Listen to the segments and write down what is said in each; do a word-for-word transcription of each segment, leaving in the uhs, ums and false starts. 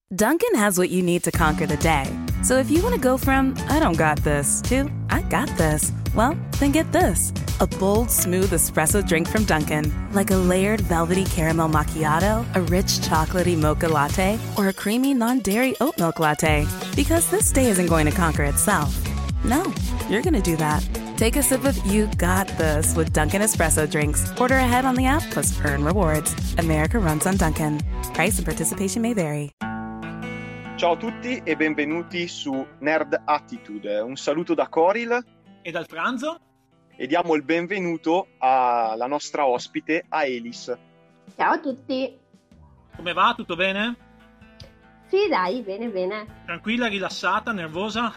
Dunkin' has what you need to conquer the day. So if you want to go from, I don't got this, to, I got this, well, then get this. A bold, smooth espresso drink from Dunkin'. Like a layered velvety caramel macchiato, a rich chocolatey mocha latte, or a creamy non-dairy oat milk latte. Because this day isn't going to conquer itself. No, you're going to do that. Take a sip of You Got This with Dunkin' Espresso drinks. Order ahead on the app plus earn rewards. America runs on Dunkin'. Price and participation may vary. Ciao a tutti e benvenuti su Nerd Attitude. Un saluto da Coril e dal Franzo e diamo il benvenuto alla nostra ospite, a Elis. Ciao a tutti. Come va? Tutto bene? Sì, dai, bene, bene. Tranquilla, rilassata, nervosa?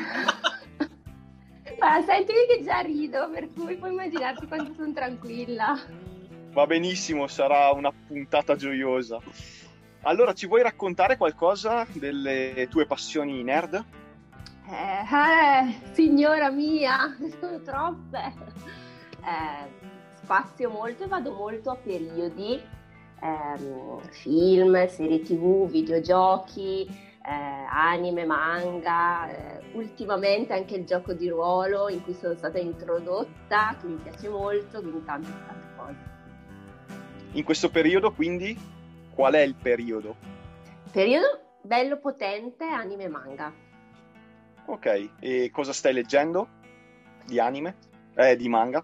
Ma sentimi che già rido, per cui puoi immaginarti quanto sono tranquilla. Va benissimo, sarà una puntata gioiosa. Allora, ci vuoi raccontare qualcosa delle tue passioni nerd? Eh, eh signora mia, sono troppe. Eh, spazio molto e vado molto a periodi. Eh, film, serie tv, videogiochi, eh, anime, manga. Eh, ultimamente anche il gioco di ruolo in cui sono stata introdotta, che mi piace molto, quindi tante, tante cose. In questo periodo, quindi? Qual è il periodo? Periodo bello potente, anime e manga. Ok, e cosa stai leggendo? Di anime? Eh, di manga?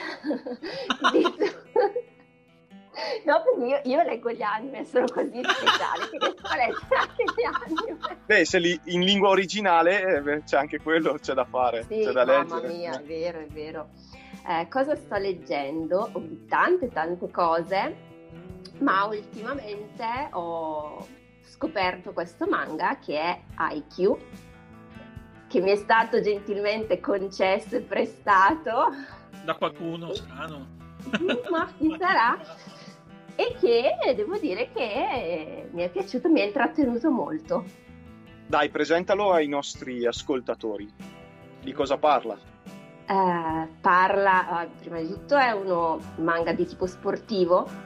No, perché io, io leggo gli anime, sono così speciali che riesco a leggere anche gli anime. Beh, se li, in lingua originale eh, c'è anche quello, c'è da fare, sì, c'è da leggere. Mamma mia, è vero, è vero. Eh, cosa sto leggendo? Ho tante, tante cose. Ma ultimamente ho scoperto questo manga che è Haikyuu, che mi è stato gentilmente concesso e prestato da qualcuno strano, ma chi sarà, e che devo dire che mi è piaciuto, mi ha intrattenuto molto. Dai, presentalo ai nostri ascoltatori. Di cosa parla? Eh, parla, prima di tutto è uno manga di tipo sportivo,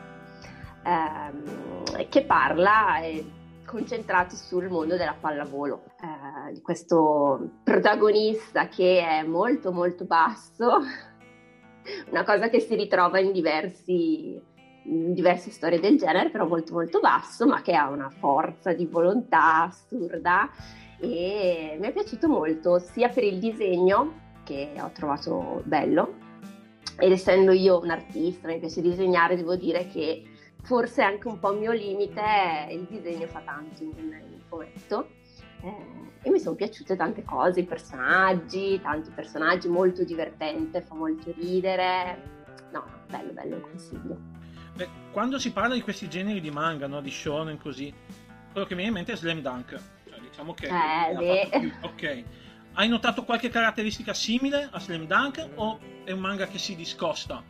Ehm, che parla è concentrato sul mondo della pallavolo, eh, di questo protagonista che è molto molto basso, una cosa che si ritrova in diversi in diverse storie del genere, però molto molto basso, ma che ha una forza di volontà assurda, e mi è piaciuto molto sia per il disegno, che ho trovato bello, ed essendo io un artista, mi piace disegnare, devo dire che forse anche un po' il mio limite, il disegno fa tanto in un fumetto, eh, e mi sono piaciute tante cose, i personaggi, tanti personaggi, molto divertente, fa molto ridere, no, bello, bello, lo consiglio. Beh, quando si parla di questi generi di manga, no, di shonen così, quello che mi viene in mente è Slam Dunk, cioè diciamo che eh, beh. Più. Ok, hai notato qualche caratteristica simile a Slam Dunk o è un manga che si discosta?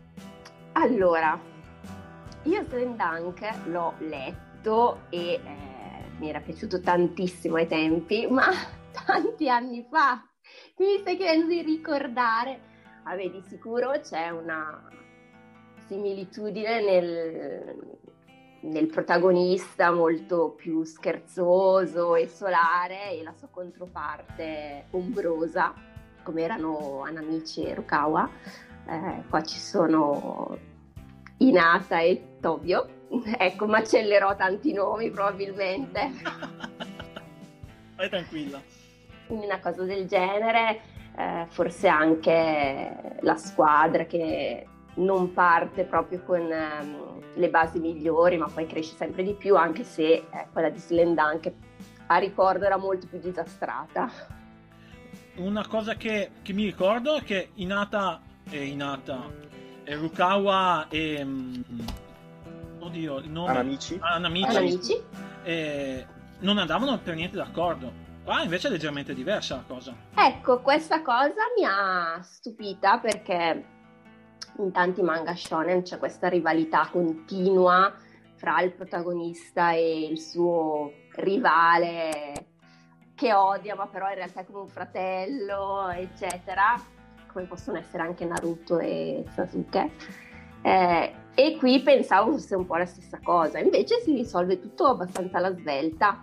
Allora, io Slam Dunk l'ho letto e eh, mi era piaciuto tantissimo ai tempi, ma tanti anni fa, mi stai chiedendo di ricordare. Vabbè, di sicuro c'è una similitudine nel, nel protagonista molto più scherzoso e solare, e la sua controparte ombrosa, come erano Hanamichi e Rukawa. Eh, qua ci sono Hinata e Tobio, ecco, macellerò tanti nomi probabilmente. Vai tranquilla. Quindi una cosa del genere, eh, forse anche la squadra che non parte proprio con um, le basi migliori, ma poi cresce sempre di più, anche se eh, quella di Slam Dunk a ricordo era molto più disastrata. Una cosa che, che mi ricordo è che Hinata e Hinata Rukawa e um, oddio il nome Hanamichi, Hanamichi, Hanamichi. Eh, non andavano per niente d'accordo. Qua invece è leggermente diversa la cosa. Ecco, questa cosa mi ha stupita, perché in tanti manga shonen c'è questa rivalità continua fra il protagonista e il suo rivale che odia, ma però in realtà è come un fratello, eccetera, come possono essere anche Naruto e Sasuke. Eh, e qui pensavo fosse un po' la stessa cosa, invece si risolve tutto abbastanza alla svelta.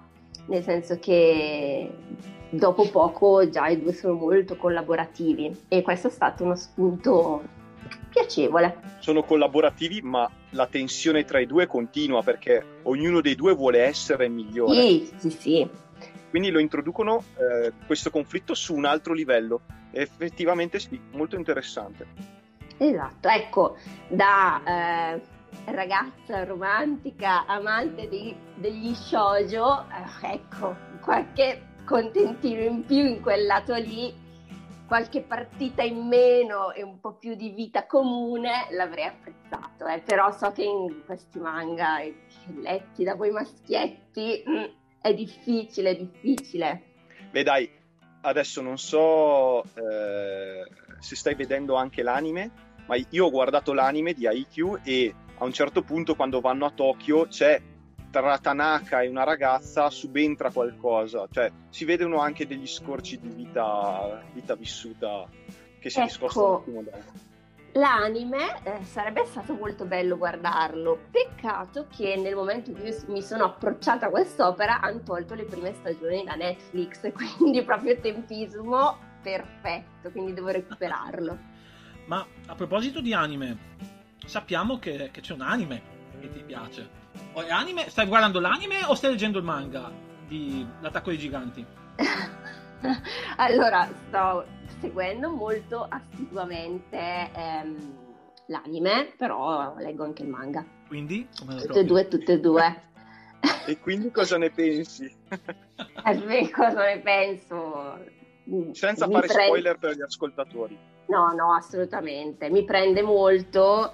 nel senso che dopo poco già i due sono molto collaborativi e questo è stato uno spunto piacevole. Sono collaborativi, ma la tensione tra i due continua perché ognuno dei due vuole essere il migliore. Sì, sì, sì. Quindi lo introducono eh, questo conflitto su un altro livello. Effettivamente sì, molto interessante. Esatto, ecco, da eh, ragazza romantica, amante di, degli shoujo, eh, ecco, qualche contentino in più in quel lato lì, qualche partita in meno e un po' più di vita comune l'avrei apprezzato, eh. Però so che in questi manga letti da voi maschietti mh, è difficile, è difficile. Beh dai, adesso non so eh, se stai vedendo anche l'anime, ma io ho guardato l'anime di Haikyuu e a un certo punto quando vanno a Tokyo c'è tra Tanaka e una ragazza subentra qualcosa, cioè si vedono anche degli scorci di vita, vita vissuta che si ecco, discostano un attimo da... L'anime eh, sarebbe stato molto bello guardarlo, peccato che nel momento in cui io mi sono approcciata a quest'opera hanno tolto le prime stagioni da Netflix, quindi proprio tempismo perfetto, quindi devo recuperarlo. Ma a proposito di anime, sappiamo che, che c'è un anime che ti piace. O è anime? Stai guardando l'anime o stai leggendo il manga di L'attacco dei giganti? Allora, sto seguendo molto assiduamente ehm, l'anime, però leggo anche il manga. Quindi? Come tutte e due, tutte e due. E quindi cosa ne pensi? Eh, beh, cosa ne penso? Senza Mi fare prende... spoiler per gli ascoltatori. No, no, assolutamente. Mi prende molto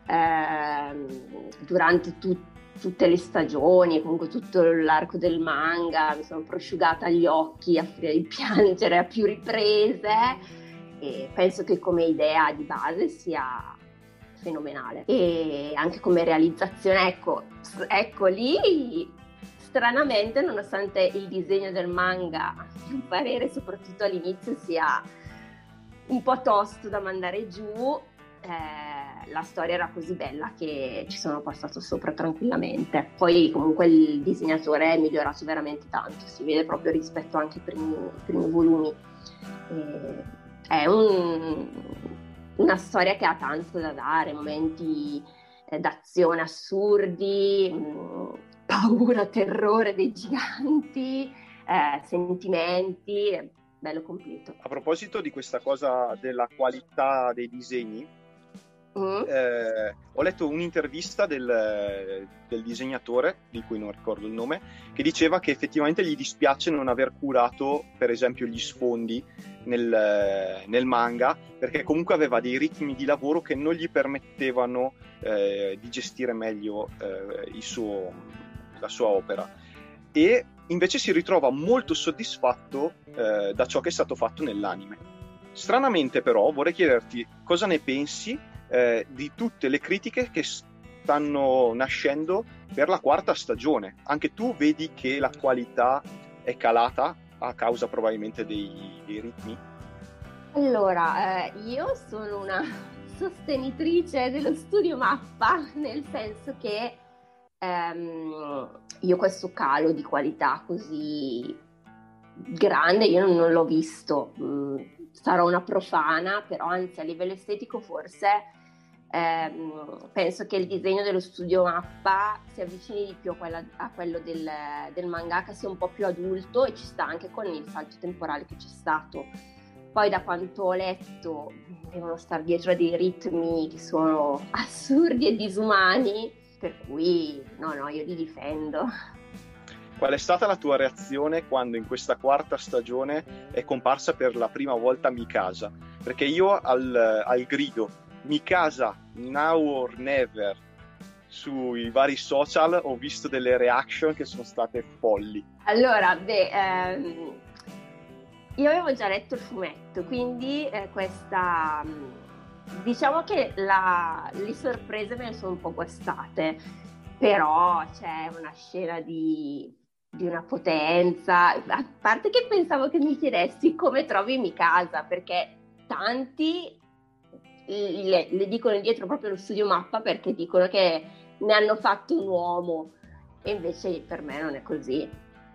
ehm, durante tutto tutte le stagioni, comunque tutto l'arco del manga, mi sono prosciugata gli occhi a di piangere a più riprese e penso che come idea di base sia fenomenale e anche come realizzazione, ecco, ecco lì stranamente, nonostante il disegno del manga a mio parere soprattutto all'inizio sia un po' tosto da mandare giù, Eh, la storia era così bella che ci sono passato sopra tranquillamente. Poi comunque il disegnatore è migliorato veramente tanto, si vede proprio rispetto anche ai primi, ai primi volumi. Eh, è un, una storia che ha tanto da dare, momenti eh, d'azione assurdi, mh, paura, terrore dei giganti, eh, sentimenti, bello completo. A proposito di questa cosa della qualità dei disegni, Mm. Eh, ho letto un'intervista del, del disegnatore, di cui non ricordo il nome, che diceva che effettivamente gli dispiace non aver curato per esempio gli sfondi nel, nel manga, perché comunque aveva dei ritmi di lavoro che non gli permettevano eh, di gestire meglio eh, il suo, la sua opera, e invece si ritrova molto soddisfatto eh, da ciò che è stato fatto nell'anime. Stranamente però vorrei chiederti cosa ne pensi Eh, di tutte le critiche che stanno nascendo per la quarta stagione. Anche tu vedi che la qualità è calata a causa probabilmente dei, dei ritmi? Allora, eh, io sono una sostenitrice dello studio mappa, nel senso che ehm, io questo calo di qualità così grande io non, non l'ho visto. Mm, sarò una profana, però anzi a livello estetico forse ehm, penso che il disegno dello studio mappa si avvicini di più a, quella, a quello del, del mangaka, sia un po' più adulto, e ci sta anche con il salto temporale che c'è stato. Poi da quanto ho letto devono stare dietro a dei ritmi che sono assurdi e disumani, per cui no no io li difendo. Qual è stata la tua reazione quando in questa quarta stagione è comparsa per la prima volta Mikasa? Perché io al, al grido Mikasa now or never sui vari social ho visto delle reaction che sono state folli. Allora, beh, ehm, io avevo già letto il fumetto, quindi eh, questa diciamo che la, le sorprese me ne sono un po' guastate, però c'è una scena di di una potenza, a parte che pensavo che mi chiedessi come trovi Mikasa, perché tanti le, le dicono dietro proprio lo studio mappa perché dicono che ne hanno fatto un uomo, e invece per me non è così.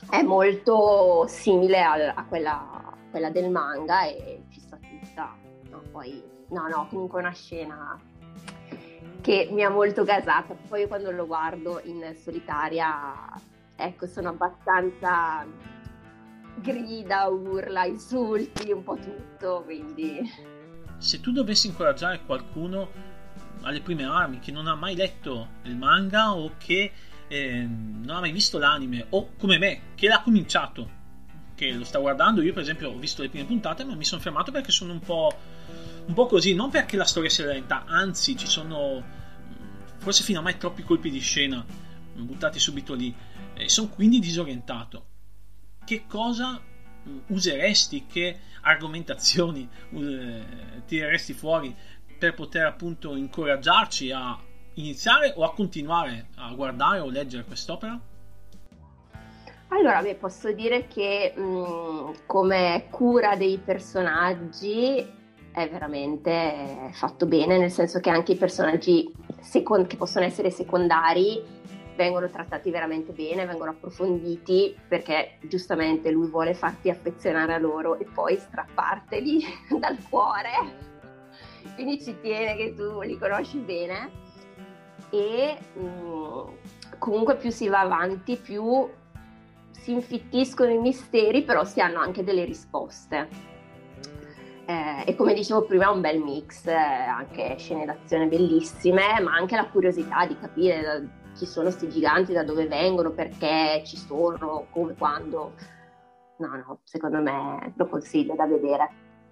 è molto simile a, a, quella, a quella del manga e ci sta tutta. No, poi, no, no, comunque una scena che mi ha molto gasata. Poi quando lo guardo in solitaria, ecco, sono abbastanza grida, urla, insulti, un po' tutto, quindi... Se tu dovessi incoraggiare qualcuno alle prime armi che non ha mai letto il manga o che eh, non ha mai visto l'anime, o come me che l'ha cominciato, che lo sta guardando, io per esempio ho visto le prime puntate ma mi sono fermato perché sono un po' un po' così, non perché la storia sia lenta, anzi ci sono forse fino a mai troppi colpi di scena buttati subito lì e sono quindi disorientato. Che cosa useresti, che argomentazioni eh, tireresti fuori per poter appunto incoraggiarci a iniziare o a continuare a guardare o leggere quest'opera? Allora, beh, posso dire che mh, come cura dei personaggi è veramente fatto bene, nel senso che anche i personaggi second- che possono essere secondari vengono trattati veramente bene, vengono approfonditi, perché giustamente lui vuole farti affezionare a loro e poi strapparteli dal cuore, quindi ci tiene che tu li conosci bene e mh, comunque più si va avanti più si infittiscono i misteri, però si hanno anche delle risposte. Eh, e come dicevo prima è un bel mix, eh, anche scene d'azione bellissime, ma anche la curiosità di capire da, chi sono sti giganti, da dove vengono, perché ci sono, come, quando. No, no, secondo me lo consiglio da vedere.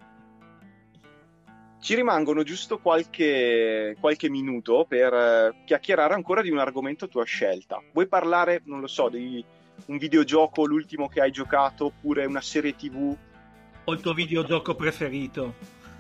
Ci rimangono giusto qualche, qualche minuto per eh, chiacchierare ancora di un argomento a tua scelta. Vuoi parlare, non lo so, di un videogioco, l'ultimo che hai giocato, oppure una serie tivù? O il tuo videogioco preferito?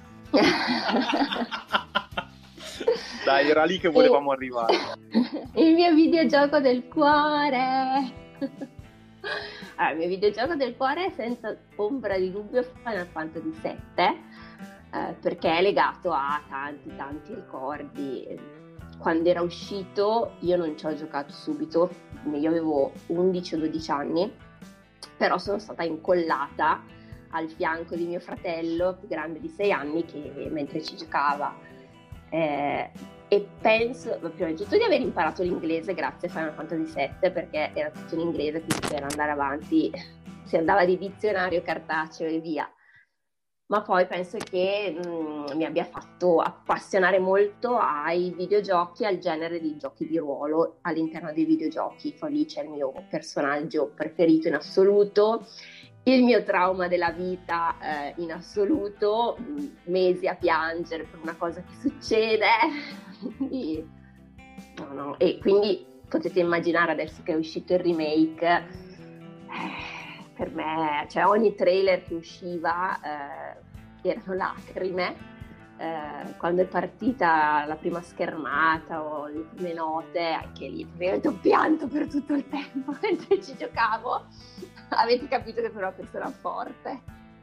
Dai, era lì che volevamo il, arrivare. Il mio videogioco del cuore. Allora, il mio videogioco del cuore è senza ombra di dubbio Final Fantasy sette, eh, perché è legato a tanti tanti ricordi. Quando era uscito io non ci ho giocato subito, io avevo undici o dodici anni, però sono stata incollata al fianco di mio fratello più grande di sei anni che mentre ci giocava eh, e penso prima di tutto di aver imparato l'inglese grazie a Final Fantasy sette, perché era tutto in inglese, quindi per andare avanti si andava di dizionario cartaceo e via. Ma poi penso che mh, mi abbia fatto appassionare molto ai videogiochi, al genere di giochi di ruolo all'interno dei videogiochi. Felice è il mio personaggio preferito in assoluto, il mio trauma della vita eh, in assoluto, mesi a piangere per una cosa che succede. e, no, no. e quindi potete immaginare adesso che è uscito il remake, eh, per me, cioè ogni trailer che usciva eh, erano lacrime, eh, quando è partita la prima schermata o le prime note, anche lì praticamente ho pianto per tutto il tempo mentre ci giocavo. Avete capito che sono una persona forte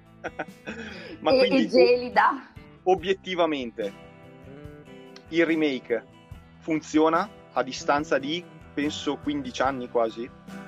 Ma e, quindi, e gelida. Obiettivamente il remake funziona a distanza di penso quindici anni quasi?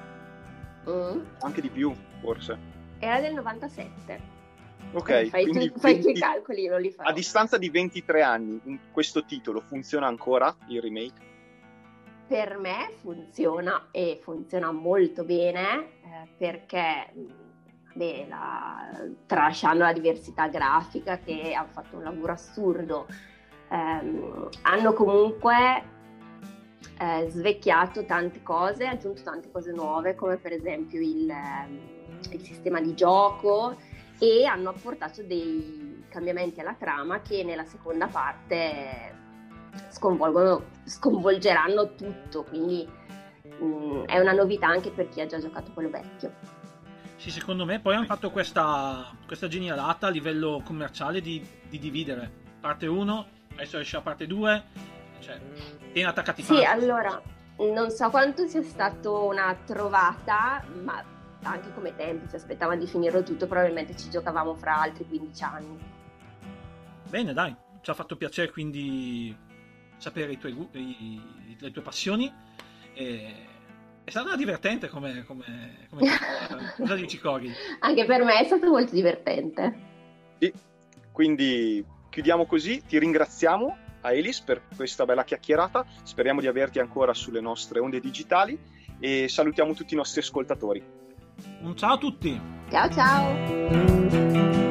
Mm. Anche di più forse. Era del novantasette. Ok, fai, quindi tu, fai venti, i calcoli, non li farò. A distanza di ventitré anni, in questo titolo funziona ancora il remake? Per me funziona e funziona molto bene, eh, perché beh, la, tralasciando la diversità grafica, che hanno fatto un lavoro assurdo, ehm, hanno comunque eh, svecchiato tante cose, aggiunto tante cose nuove, come per esempio il, il sistema di gioco, e hanno apportato dei cambiamenti alla trama che nella seconda parte sconvolgono, sconvolgeranno tutto, quindi mh, è una novità anche per chi ha già giocato quello vecchio. Sì, secondo me poi hanno fatto questa, questa genialata a livello commerciale di, di dividere parte uno, adesso esce la parte due, cioè tieni attaccati. Sì, allora non so quanto sia stato una trovata, ma anche come tempi si aspettavano di finirlo tutto, probabilmente ci giocavamo fra altri quindici anni. Bene, dai, ci ha fatto piacere quindi sapere i tuoi, i, le tue passioni. E è stata divertente come, come, come Cosa dici, Cori? Anche per me è stato molto divertente. Sì, quindi chiudiamo così, ti ringraziamo Aelis per questa bella chiacchierata, speriamo di averti ancora sulle nostre onde digitali e salutiamo tutti i nostri ascoltatori. Un ciao a tutti! Ciao ciao!